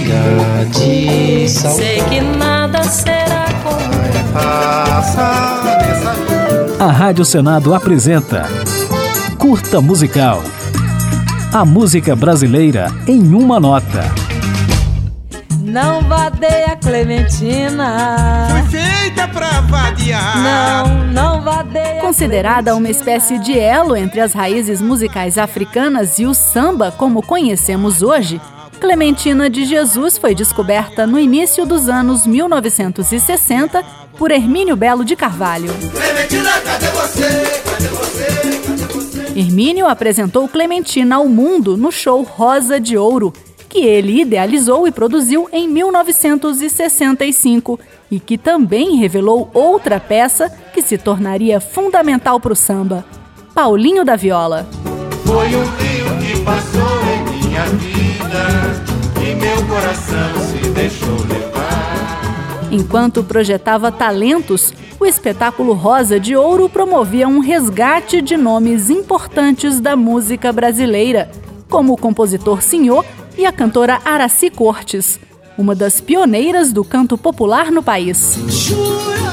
chega de saudade. Sei que nada será como A Rádio Senado apresenta Curta Musical. A música brasileira em uma nota. Não vadeia Clementina. Foi feita pra vadiar. Não vadeia. Considerada uma espécie de elo entre as raízes musicais africanas e o samba como conhecemos hoje, Clementina de Jesus foi descoberta no início dos anos 1960 por Hermínio Belo de Carvalho. Clementina, cadê você? Cadê você? Cadê você? Hermínio apresentou Clementina ao mundo no show Rosa de Ouro, que ele idealizou e produziu em 1965 e que também revelou outra peça que se tornaria fundamental para o samba, Paulinho da Viola. Foi um rio que passou em minha vida e meu coração se deixou levar. Enquanto projetava talentos, o espetáculo Rosa de Ouro promovia um resgate de nomes importantes da música brasileira, como o compositor Senhor e a cantora Aracy Cortes, uma das pioneiras do canto popular no país. Jura,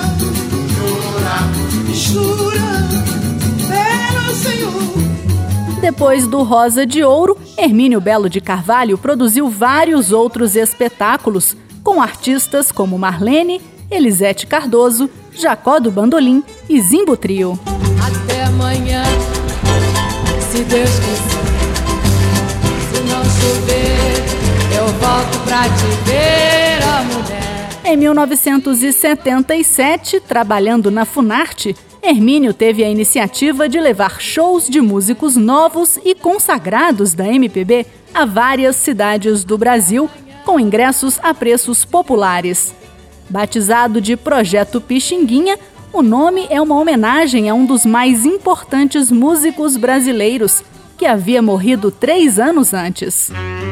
pelo Senhor. Depois do Rosa de Ouro, Hermínio Belo de Carvalho produziu vários outros espetáculos, com artistas como Marlene, Elisete Cardoso, Jacó do Bandolim e Zimbo Trio. Até amanhã, se Deus quiser. Se não chover, eu volto pra te ver, ó mulher. Em 1977, trabalhando na Funarte, Hermínio teve a iniciativa de levar shows de músicos novos e consagrados da MPB a várias cidades do Brasil, com ingressos a preços populares. Batizado de Projeto Pixinguinha, o nome é uma homenagem a um dos mais importantes músicos brasileiros, que havia morrido 3 anos antes.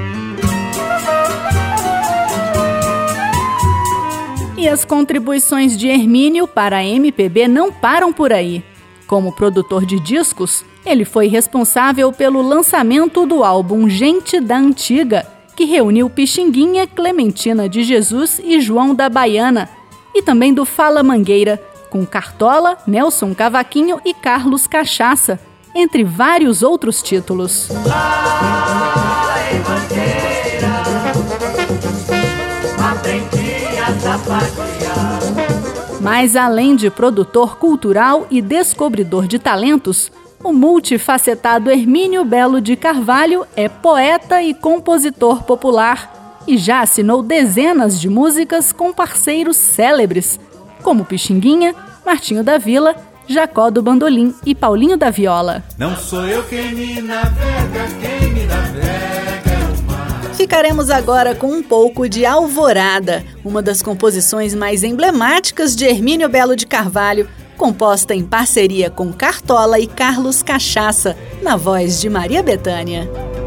E as contribuições de Hermínio para a MPB não param por aí. Como produtor de discos, ele foi responsável pelo lançamento do álbum Gente da Antiga, que reuniu Pixinguinha, Clementina de Jesus e João da Baiana, e também do Fala Mangueira, com Cartola, Nelson Cavaquinho e Carlos Cachaça, entre vários outros títulos. Ai, Mangueira, aprendi a sapatear. Mas além de produtor cultural e descobridor de talentos, o multifacetado Hermínio Belo de Carvalho é poeta e compositor popular e já assinou dezenas de músicas com parceiros célebres, como Pixinguinha, Martinho da Vila, Jacó do Bandolim e Paulinho da Viola. Não sou eu quem me navega, quem me navega é o mar. Ficaremos agora com um pouco de Alvorada, uma das composições mais emblemáticas de Hermínio Belo de Carvalho, composta em parceria com Cartola e Carlos Cachaça, na voz de Maria Bethânia.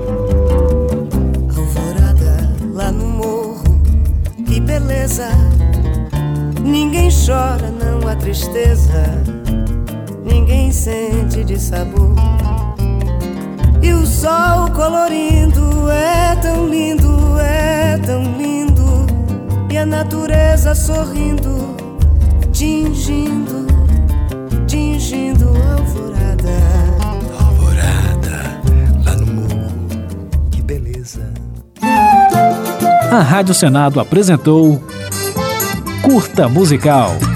Alvorada lá no morro, que beleza. Ninguém chora, não há tristeza. Ninguém sente de sabor. E o sol colorindo é tão lindo, é tão lindo. E a natureza sorrindo, tingindo alvorada. Alvorada, lá no morro, que beleza. A Rádio Senado apresentou Curta Musical.